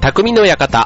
匠の館。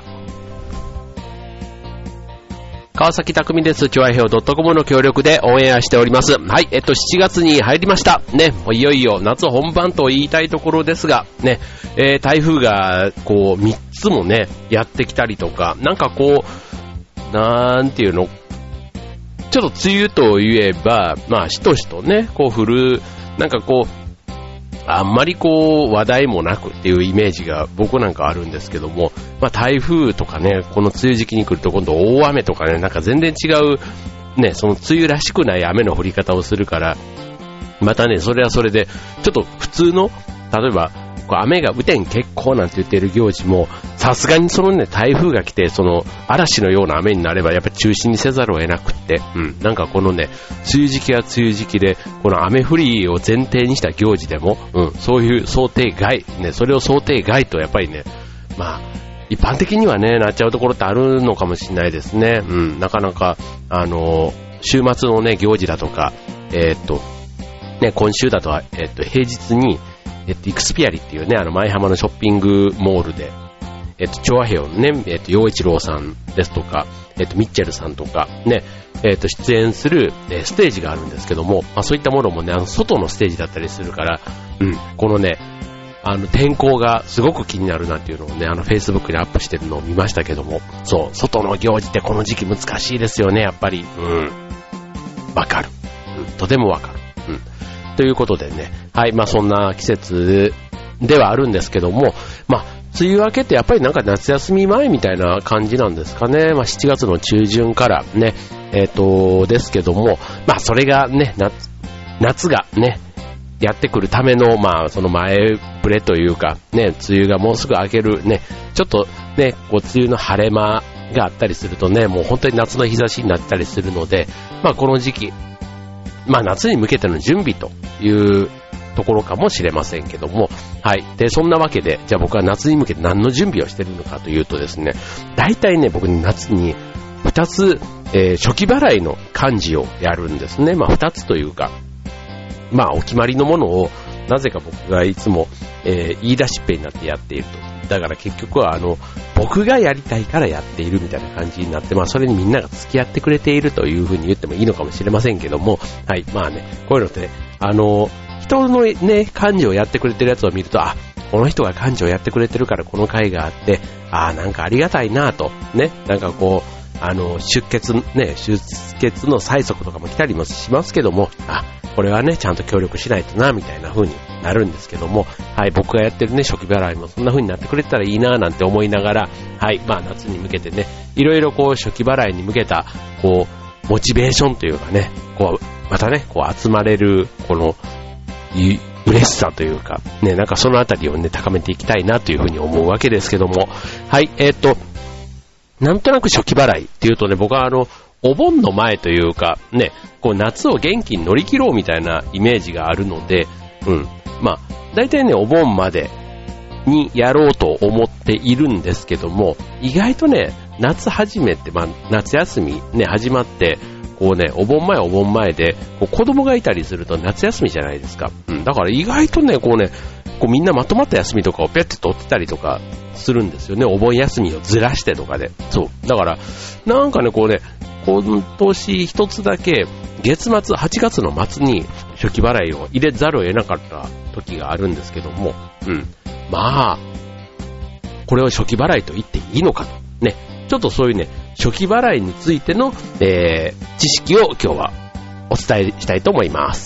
川崎匠です。チョアヘオ .com の協力でオンエアしております。はい、7月に入りました。ね、もういよいよ夏本番と言いたいところですが、ね、台風がこう3つもね、やってきたりとか、なんかこう、なんていうの、ちょっと梅雨といえば、まあしとしとね、こう降る、なんかこう、あんまりこう話題もなくっていうイメージが僕なんかあるんですけども、まあ台風とかね、この梅雨時期に来ると今度大雨とかね、なんか全然違うね、その梅雨らしくない雨の降り方をするから、またね、それはそれで、ちょっと普通の、例えば、こう雨が雨天決行なんて言ってる行事も、さすがにそのね、台風が来て、その嵐のような雨になれば、やっぱり中止にせざるを得なくって、なんかこのね、梅雨時期は梅雨時期で、この雨降りを前提にした行事でも、そういう想定外、ね、それを想定外と、やっぱりね、まあ、一般的にはね、なっちゃうところってあるのかもしれないですね。なかなか、週末のね、行事だとか、ね、今週だとは、平日に、イクスピアリっていうね、前浜のショッピングモールで、チョアヘオのね、陽一郎さんですとか、ミッチェルさんとか、ね、出演する、ステージがあるんですけども、まあそういったものもね、外のステージだったりするから、このね、天候がすごく気になるなっていうのをね、Facebook にアップしてるのを見ましたけども、そう、外の行事ってこの時期難しいですよね、やっぱり。わかる。とてもわかる。ということでね、はい、まあそんな季節ではあるんですけども、まあ梅雨明けってやっぱりなんか夏休み前みたいな感じなんですかね。まあ7月の中旬からね、ですけども、まあそれがね、夏がね、やってくるための、まあその前触れというか、ね、梅雨がもうすぐ明けるね、ちょっとね、こう梅雨の晴れ間があったりするとね、もう本当に夏の日差しになったりするので、まあこの時期、まあ夏に向けての準備というところかもしれませんけども、はい。で、そんなわけで、じゃあ僕は夏に向けて何の準備をしているのかというとですね、大体ね、僕夏に2つ、初期払いの漢字をやるんですね。まあ2つというか、まあお決まりのものを、なぜか僕がいつも、言い出しっぺになってやっていると。だから結局は僕がやりたいからやっているみたいな感じになって、まあそれにみんなが付き合ってくれているというふうに言ってもいいのかもしれませんけども、はい、まあね、こういうのってね、人のね、漢字をやってくれてるやつを見ると、あ、この人が漢字をやってくれてるからこの会があって、なんかありがたいなと、ね、なんかこう、出血の催促とかも来たりもしますけども、これはね、ちゃんと協力しないとな、みたいな風になるんですけども、はい、僕がやってるね、初期払いもそんな風になってくれたらいいな、なんて思いながら、はい、まあ夏に向けてね、いろいろこう、初期払いに向けた、こう、モチベーションというかね、こう、またね、こう集まれる、この、嬉しさというか、ね、なんかそのあたりをね、高めていきたいなという風に思うわけですけども、はい、なんとなく初期払いっていうとね、僕はお盆の前というか、ね、こう夏を元気に乗り切ろうみたいなイメージがあるので、まあ、大体ね、お盆までにやろうと思っているんですけども、意外とね、夏始めって、まあ、夏休みね、始まって、こうね、お盆前で、こう子供がいたりすると夏休みじゃないですか。だから意外とね、こうね、こうみんなまとまった休みとかをペッて取ってたりとかするんですよね。お盆休みをずらしてとかで。そう。だから、なんかね、こうね、今年一つだけ月末、8月の末に初期払いを入れざるを得なかった時があるんですけども、まあ、これを初期払いと言っていいのかと。ね。ちょっとそういうね、初期払いについての、知識を今日はお伝えしたいと思います。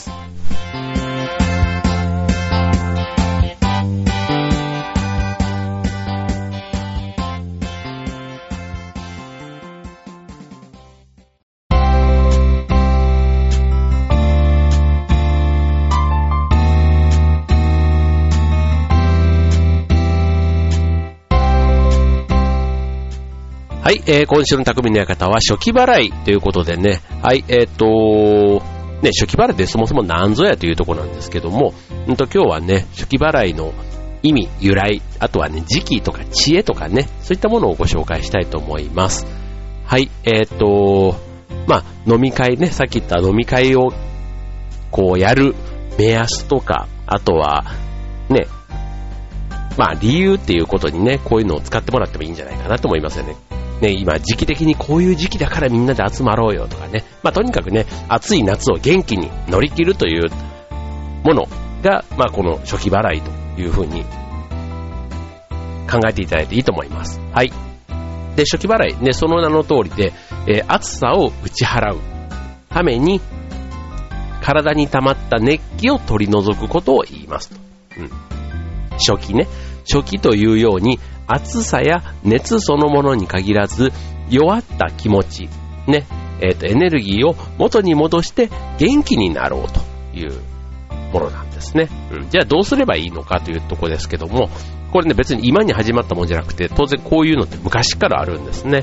はい、今週の匠の館は初期払いということでね、はい、ね、初期払いってそもそも何ぞやというところなんですけども、今日はね、初期払いの意味、由来、あとはね、時期とか知恵とかね、そういったものをご紹介したいと思います。はい、まあ、飲み会ね、さっき言った飲み会をこうやる目安とか、あとはね、 まあ理由っていうことにね、こういうのを使ってもらってもいいんじゃないかなと思いますよね。ね、今時期的にこういう時期だからみんなで集まろうよとかね。まあとにかくね、暑い夏を元気に乗り切るというものが、まあこの初期払いというふうに考えていただいていいと思います。はい。で、初期払いね、その名の通りで、暑さを打ち払うために体に溜まった熱気を取り除くことを言いますと。初期ね。初期というように暑さや熱そのものに限らず弱った気持ち、ね、エネルギーを元に戻して元気になろうというものなんですね。じゃあどうすればいいのかというところですけども、これね別に今に始まったもんじゃなくて、当然こういうのって昔からあるんですね。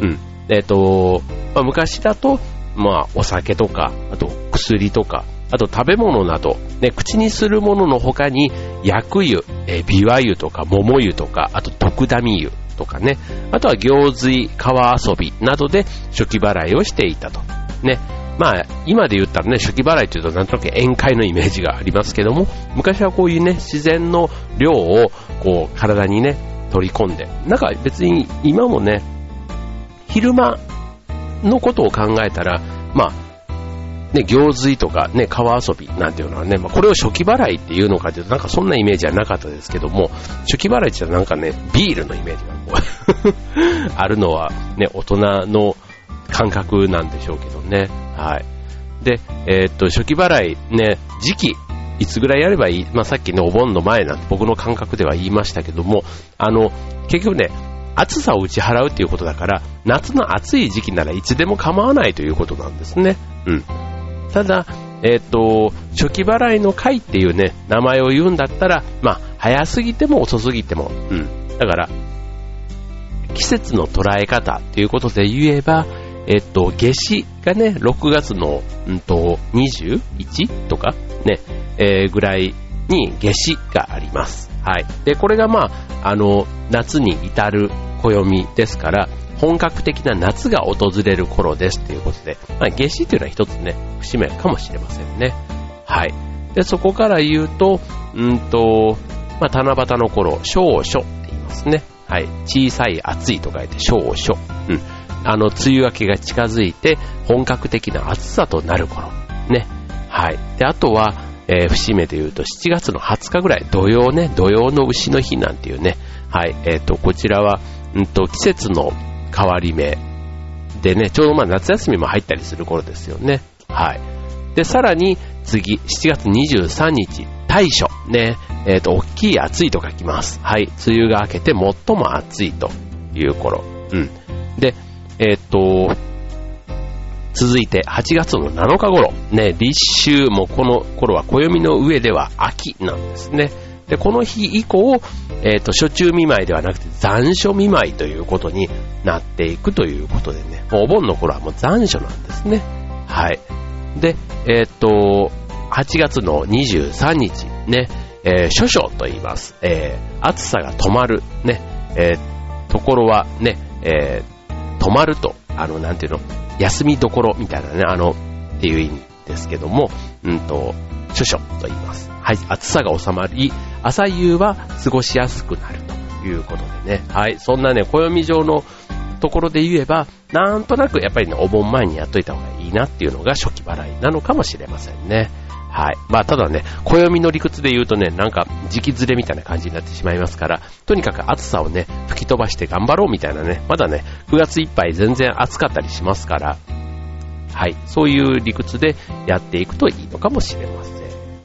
昔だとまあお酒とか、あと薬とか、あと食べ物など、ね、口にするものの他に薬湯、ビワ湯とか桃湯とか、あと特ダミ湯とかね、あとは行水、川遊びなどで初期払いをしていたと。ね、まあ今で言ったらね、初期払いというとなんとなく宴会のイメージがありますけども、昔はこういうね自然の量をこう体にね取り込んで、なんか別に今もね昼間のことを考えたら、まあね、行水とかね、川遊びなんていうのはね、まあ、これを初期払いっていうのかというと、なんかそんなイメージはなかったですけども、初期払いっていうのはなんかね、ビールのイメージがこうあるのはね、大人の感覚なんでしょうけどね。はい。で、初期払いね、時期、いつぐらいやればいい、まあ、さっきね、お盆の前なんて僕の感覚では言いましたけども、結局ね、暑さを打ち払うっていうことだから、夏の暑い時期ならいつでも構わないということなんですね。ただ、初期払いの会っていうね、名前を言うんだったら、まあ、早すぎても遅すぎても、だから、季節の捉え方っていうことで言えば、夏至がね、6月の、21 とかね、ぐらいに夏至があります。はい。で、これがまあ、夏に至る暦ですから、本格的な夏が訪れる頃ですということで、まあ、夏至というのは一つね、節目かもしれませんね。はい。で、そこから言うと、まあ、七夕の頃、小暑って言いますね。はい。小さい暑いと書いて小暑。梅雨明けが近づいて、本格的な暑さとなる頃。ね。はい。で、あとは、節目で言うと7月の20日ぐらい、土曜ね、土曜の丑の日なんていうね。はい。こちらは、季節の変わり目でね、ちょうどまあ夏休みも入ったりする頃ですよね。はい。で、さらに次、7月23日、大暑。ね、大きい暑いと書きます。はい。梅雨が明けて最も暑いという頃。で、続いて8月の7日頃。ね、立秋もこの頃は暦の上では秋なんですね。で、この日以降、暑中見舞いではなくて残暑見舞いということになっていくということでね、お盆の頃はもう残暑なんですね。はい。で、8月の23日ね、処暑と言います。暑さが止まるね、ところはね、止まると、なんていうの、休みどころみたいなね、っていう意味ですけども、処暑と言います。はい、暑さが収まり、朝夕は過ごしやすくなるということでね、はい、そんなね、暦上のところで言えば、なんとなくやっぱりね、お盆前にやっといた方がいいなっていうのが初期払いなのかもしれませんね。はい。まあ、ただね、暦の理屈で言うとね、なんか時期ずれみたいな感じになってしまいますから、とにかく暑さをね、吹き飛ばして頑張ろうみたいなね、まだね、9月いっぱい全然暑かったりしますから、はい。そういう理屈でやっていくといいのかもしれません。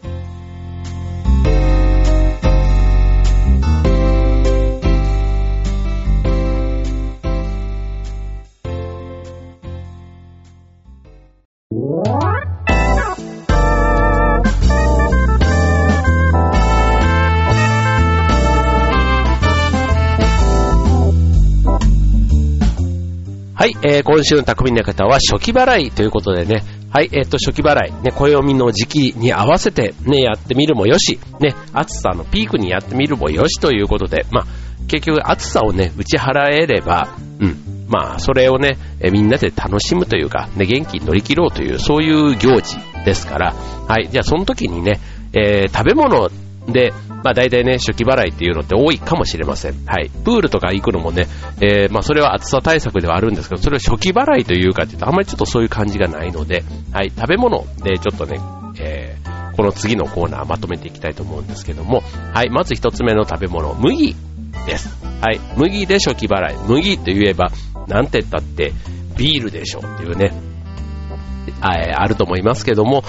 はい、今週の匠の方は初期払いということでね、はい、初期払い、ね、暦の時期に合わせてね、やってみるもよし、ね、暑さのピークにやってみるもよしということで、まあ、結局暑さをね、打ち払えれば、まあ、それをね、みんなで楽しむというか、ね、元気に乗り切ろうという、そういう行事ですから、はい、じゃあその時にね、食べ物で、まあ大体ね、初期払いっていうのって多いかもしれません。はい。プールとか行くのもね、まあそれは暑さ対策ではあるんですけど、それを初期払いというかっていうと、あんまりちょっとそういう感じがないので、はい。食べ物でちょっとね、この次のコーナーまとめていきたいと思うんですけども、はい。まず一つ目の食べ物、麦です。はい。麦で初期払い。麦と言えば、なんて言ったってビールでしょっていうね、あると思いますけども、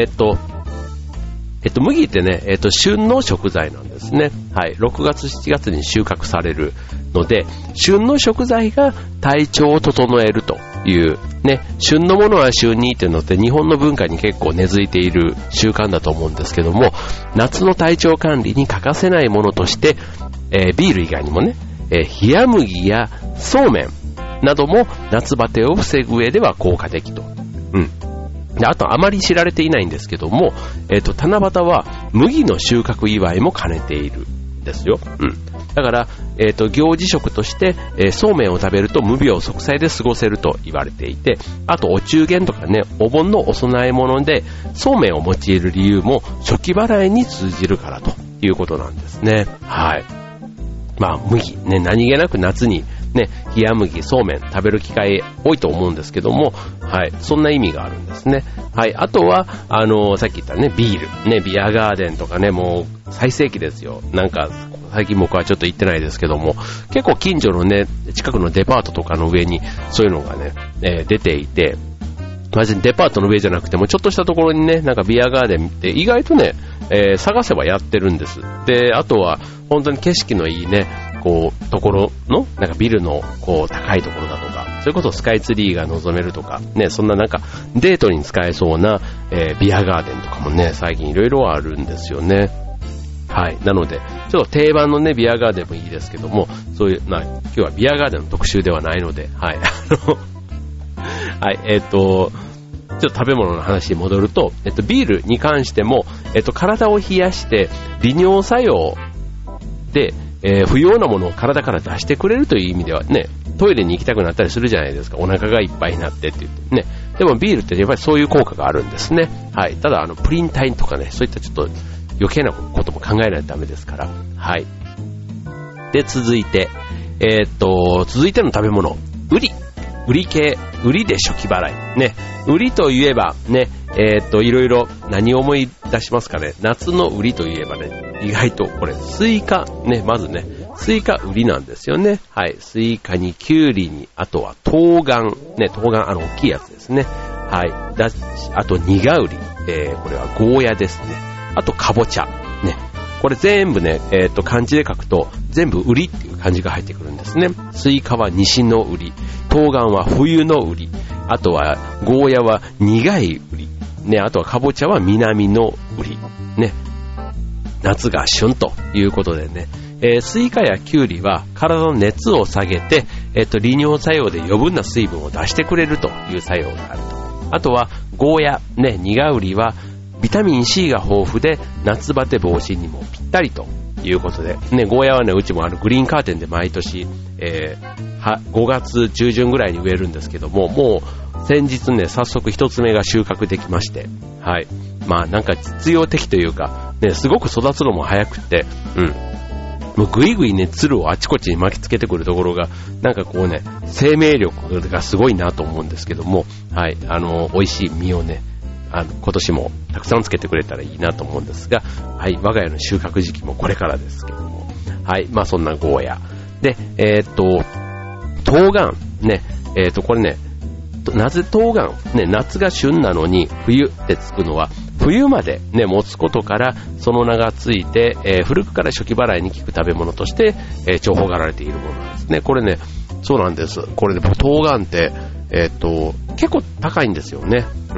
麦ってね、旬の食材なんですね。はい。6月、7月に収穫されるので、旬の食材が体調を整えるという、ね、旬のものは旬にっていうのって日本の文化に結構根付いている習慣だと思うんですけども、夏の体調管理に欠かせないものとして、ビール以外にもね、冷麦やそうめんなども夏バテを防ぐ上では効果的と。うん。で、あとあまり知られていないんですけども、七夕は麦の収穫祝いも兼ねているんですよ。うん。だから、行事食として、そうめんを食べると無病息災で過ごせると言われていて、あとお中元とかね、お盆のお供え物でそうめんを用いる理由も初期払いに通じるからということなんですね。はい。まあ、麦、ね、何気なく夏にね、冷麦、そうめん食べる機会多いと思うんですけども、はい、そんな意味があるんですね。はい、あとは、さっき言ったね、ビール、ね、ビアガーデンとかね、もう最盛期ですよ。なんか、最近僕はちょっと行ってないですけども、結構近所のね、近くのデパートとかの上にそういうのがね、出ていて、まじデパートの上じゃなくても、ちょっとしたところにね、なんかビアガーデンって意外とね、探せばやってるんです。で、あとは、本当に景色のいいね、こう、ところの、なんかビルの、こう、高いところだとか、それこそスカイツリーが望めるとか、ね、そんななんか、デートに使えそうな、ビアガーデンとかもね、最近いろいろあるんですよね。はい。なので、ちょっと定番のね、ビアガーデンもいいですけども、そういう、今日はビアガーデンの特集ではないので、はい。はい、ちょっと食べ物の話に戻ると、ビールに関しても、体を冷やして、利尿作用で、不要なものを体から出してくれるという意味ではね、トイレに行きたくなったりするじゃないですか。お腹がいっぱいになってって言ってね。でもビールってやっぱりそういう効果があるんですね。はい。ただ、プリン体とかね、そういったちょっと余計なことも考えないとダメですから。はい。で、続いての食べ物、ウリ。ウリ系、ウリで初期払い。ね。ウリといえば、ね、いろいろ何を思い出しますかね。夏のウリといえばね、意外とこれ、スイカ。ね、まずね、スイカウリなんですよね。はい。スイカにキュウリに、あとは冬瓜。ね、冬瓜、大きいやつですね。はい。あと、苦ウリ。これはゴーヤですね。あと、かぼちゃ。ね。これ全部ね、漢字で書くと、全部ウリっていう漢字が入ってくるんですね。スイカは西のウリ。冬瓜は冬のウリ。あとは、ゴーヤは苦いウリ。ね、あとはかぼちゃは南のウリ。ね。夏が旬ということでね。スイカやキュウリは体の熱を下げて、利尿作用で余分な水分を出してくれるという作用があると。あとは、ゴーヤ、ね、苦ウリはビタミン C が豊富で夏バテ防止にもぴったりということで、ね、ゴーヤはね、うちもグリーンカーテンで毎年、5月中旬ぐらいに植えるんですけども、もう先日ね、早速一つ目が収穫できまして、はい。まあなんか実用的というか、ね、すごく育つのも早くって、うん。もうぐいぐいね、つるをあちこちに巻きつけてくるところが、なんかこうね、生命力がすごいなと思うんですけども、はい。美味しい実をね、今年もたくさんつけてくれたらいいなと思うんですが、はい。我が家の収穫時期もこれからですけども、はい。まあそんなゴーヤ。で、冬瓜。ね、これね、なぜ冬瓜、ね、夏が旬なのに冬ってつくのは、冬までね、持つことからその名がついて、古くから初期払いに効く食べ物として、重宝がられているものなんですね。これね、そうなんです。これで、冬瓜って、結構高いんですよね。うん。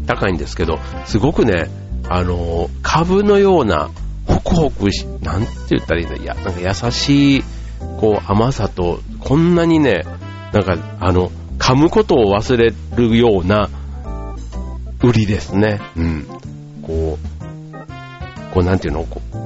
高いんですけど、すごくね、株のような、ホクホクし、なんて言ったらいいんだ、いや、なんか優しい、こう、甘さと、こんなにね、なんか、噛むことを忘れるような、売りですね。うん。こうなんていうの、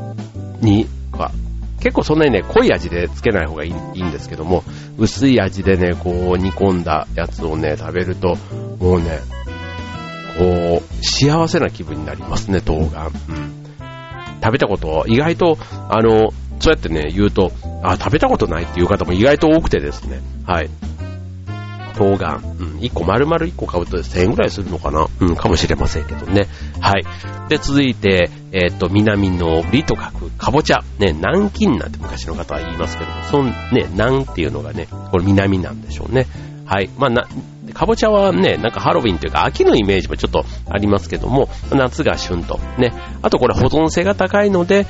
結構そんなにね、濃い味でつけない方がいいんですけども、薄い味でね、こう煮込んだやつをね、食べると、もうね、こう、幸せな気分になりますね、冬瓜。うん。 食べたこと、意外と、そうやってね、言うと、食べたことないっていう方も意外と多くてですね。はい。冬瓜。1個丸々1個買うと1000円ぐらいするのかな？かもしれませんけどね。はい。で、続いて、南のりと書く、かぼちゃ。ね、南京なんて昔の方は言いますけども、そのね、南っていうのがね、これ南なんでしょうね。はい。まあ、かぼちゃはね、なんかハロウィンというか秋のイメージもちょっとありますけども、夏が旬と。ね。あとこれ保存性が高いので、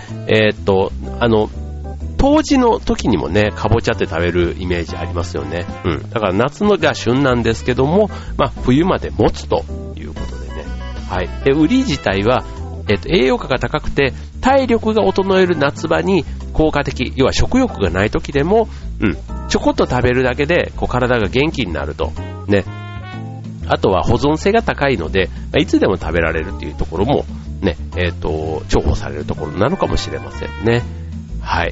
冬至の時にもね、かぼちゃって食べるイメージありますよね。だから夏のが旬なんですけども、まあ冬まで持つということでね。はい。で、ウリ自体は、栄養価が高くて体力が衰える夏場に効果的、要は食欲がない時でも、ちょこっと食べるだけでこう体が元気になると。ね。あとは保存性が高いので、いつでも食べられるっていうところもね、重宝されるところなのかもしれませんね。はい。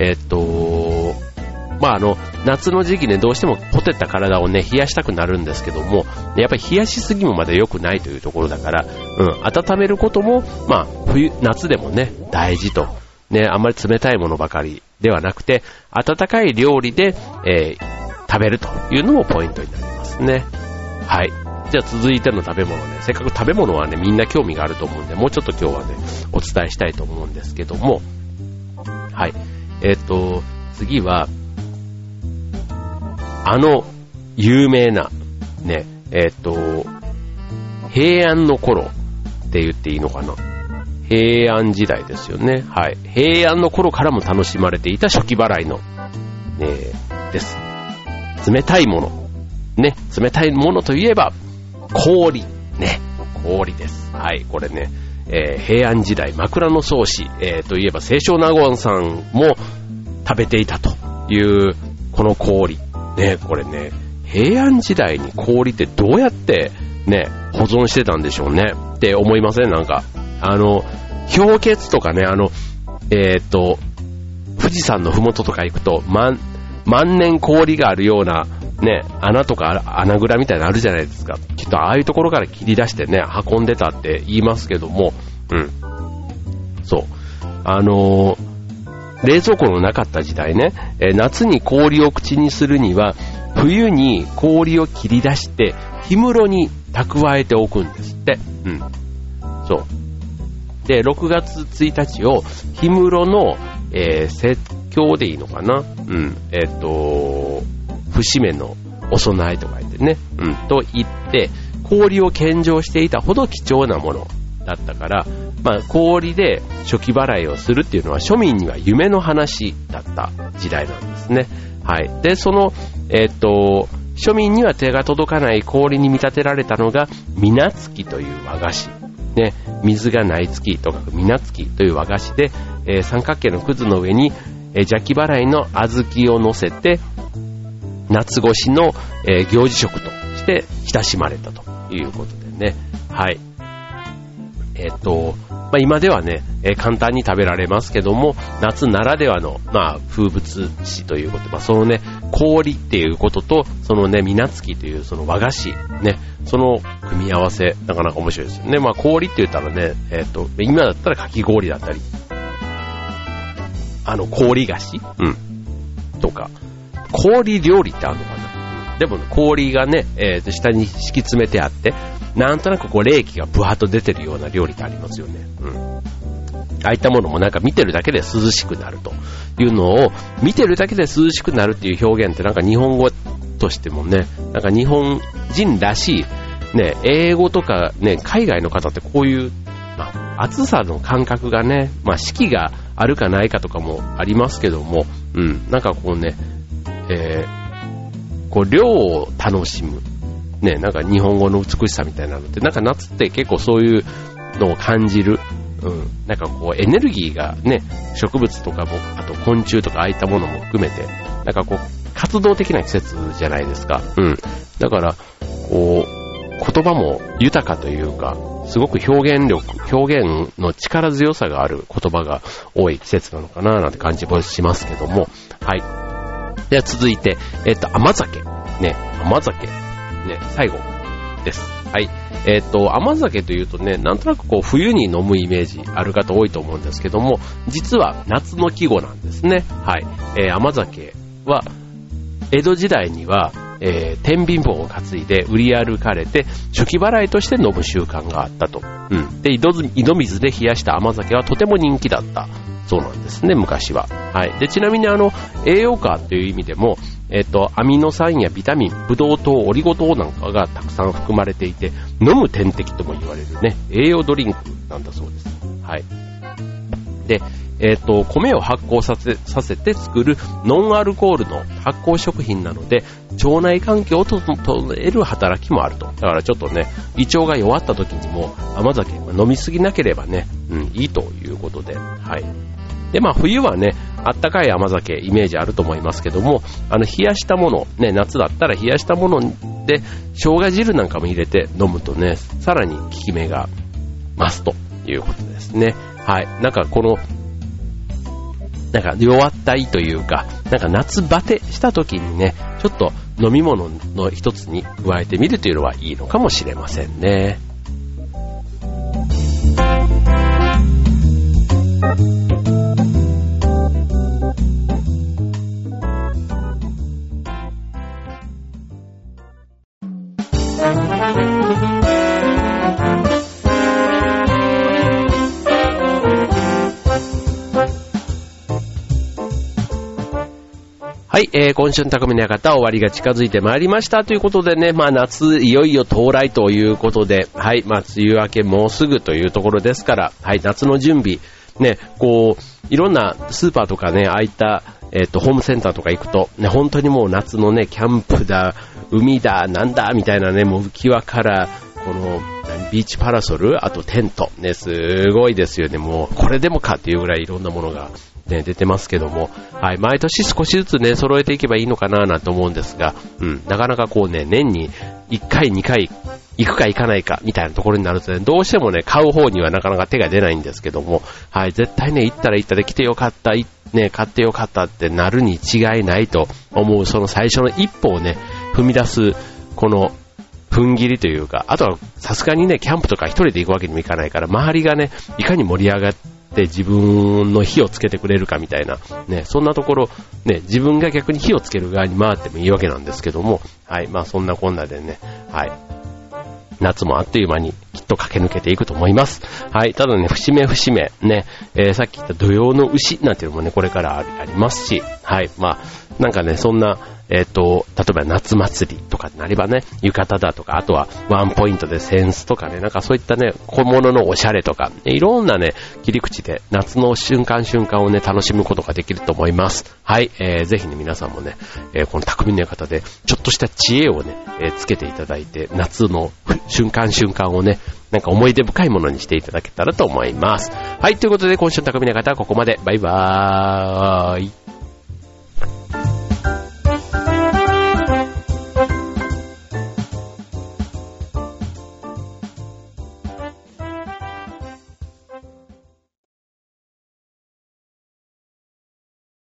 まあ夏の時期ね、どうしてもほてった体をね、冷やしたくなるんですけども、やっぱり冷やしすぎもまだ良くないというところだから、温めることも、まあ夏でもね、大事と。ね、あんまり冷たいものばかりではなくて、温かい料理で、食べるというのもポイントになりますね。はい。じゃあ続いての食べ物ね、せっかく食べ物はね、みんな興味があると思うんで、もうちょっと今日はね、お伝えしたいと思うんですけども、はい。次は、有名な、ね、平安の頃って言っていいのかな。平安時代ですよね。はい。平安の頃からも楽しまれていた初期払いの、です。冷たいもの。ね、冷たいものといえば、氷。ね、氷です。はい、これね、平安時代、枕草子、といえば清少納言さんも食べていたというこの氷ね、これね、平安時代に氷ってどうやってね保存してたんでしょうねって思いません？なんか氷結とかね、富士山のふもととか行くと万年氷があるようなね、穴とか穴蔵みたいなのあるじゃないですか。きっとああいうところから切り出してね、運んでたって言いますけども、そう。冷蔵庫のなかった時代ね、夏に氷を口にするには、冬に氷を切り出して、氷室に蓄えておくんですって。そう。で、6月1日を氷室の、説教でいいのかな？節目のお供えとか言ってね、と言って氷を献上していたほど貴重なものだったから、まあ氷で初期払いをするっていうのは庶民には夢の話だった時代なんですね。はい。で、その庶民には手が届かない氷に見立てられたのが水月という和菓子。ね、水がない月とか水月という和菓子で、三角形のくずの上に、邪気払いの小豆を乗せて夏越しの、行事食として親しまれたということでね。はい。今ではね、簡単に食べられますけども、夏ならではの、風物詩ということで、そのね、氷っていうことと、そのね、水月というその和菓子、ね、その組み合わせ、なかなか面白いですよね。氷って言ったらね、今だったらかき氷だったり、氷菓子とか、氷料理ってあるのかな？でも氷がね、下に敷き詰めてあって、なんとなくこう冷気がブワーッと出てるような料理ってありますよね。ああいったものもなんか見てるだけで涼しくなるというのを、見てるだけで涼しくなるっていう表現ってなんか日本語としてもね、なんか日本人らしい、ね、英語とかね、海外の方ってこういう、暑さの感覚がね、四季があるかないかとかもありますけども、なんかこうね、こう量を楽しむね、なんか日本語の美しさみたいなのって、なんか夏って結構そういうのを感じる、なんかこうエネルギーがね、植物とかも、あと昆虫とかああいったものも含めて、なんかこう活動的な季節じゃないですか。だからこう言葉も豊かというか、すごく表現の力強さがある言葉が多い季節なのかななんて感じもしますけども、はい。では続いて、甘酒。ね、甘酒。ね、最後。 です。はい。甘酒というとね、なんとなくこう冬に飲むイメージある方多いと思うんですけども、実は夏の季語なんですね。はい。甘酒は、江戸時代には、天秤棒を担いで売り歩かれて、初期払いとして飲む習慣があったと。で、井戸水で冷やした甘酒はとても人気だった。そうなんですね、昔は。はい。で、ちなみに栄養価という意味でも、アミノ酸やビタミン、ブドウ糖、オリゴ糖なんかがたくさん含まれていて、飲む点滴とも言われるね、栄養ドリンクなんだそうです。はい。で、米を発酵させて作るノンアルコールの発酵食品なので、腸内環境を整える働きもあると。だからちょっとね、胃腸が弱った時にも甘酒飲みすぎなければね、いいということで、はい。で、冬はね、あったかい甘酒イメージあると思いますけども、冷やしたもの、ね、夏だったら冷やしたもので、生姜汁なんかも入れて飲むとね、さらに効き目が増すということですね。はい。なんか弱った胃というか、夏バテした時にね、ちょっと飲み物の一つに加えてみるというのはいいのかもしれませんね。はい、今週の匠の館終わりが近づいてまいりましたということでね、夏いよいよ到来ということで、はい、梅雨明けもうすぐというところですから、はい、夏の準備、ね、いろんなスーパーとかね、ああいった、ホームセンターとか行くと、ね、本当にもう夏のね、キャンプだ、海だ、なんだ、みたいなね、もう浮き輪から、ビーチパラソル、あとテント、ね、すごいですよね、もう、これでもかっていうぐらいいろんなものが、ね、出てますけども、はい、毎年少しずつね、揃えていけばいいのかななんて思うんですが、なかなか年に1回2回行くか行かないかみたいなところになるとね、どうしてもね、買う方にはなかなか手が出ないんですけども、はい、絶対ね、行ったら行ったで来てよかった、ね、買ってよかったってなるに違いないと思う、その最初の一歩をね、踏み出す、踏ん切りというか、あとはさすがにね、キャンプとか一人で行くわけにもいかないから、周りがね、いかに盛り上がって自分の火をつけてくれるかみたいな、ね、そんなところ、ね、自分が逆に火をつける側に回ってもいいわけなんですけども、はい、そんなこんなでね、はい、夏もあっという間にきっと駆け抜けていくと思います。はい、ただね、節目節目、ね、さっき言った土曜の牛なんていうのもね、これからありますし、はい、なんかね、そんな、例えば夏祭りとかになればね、浴衣だとか、あとはワンポイントでセンスとかね、なんかそういったね、小物のおしゃれとか、いろんなね、切り口で夏の瞬間瞬間をね、楽しむことができると思います。はい、ぜひね、皆さんもね、この匠の館で、ちょっとした知恵をね、つけていただいて、夏の瞬間瞬間をね、なんか思い出深いものにしていただけたらと思います。はい、ということで今週の匠の館はここまで。バイバーイ。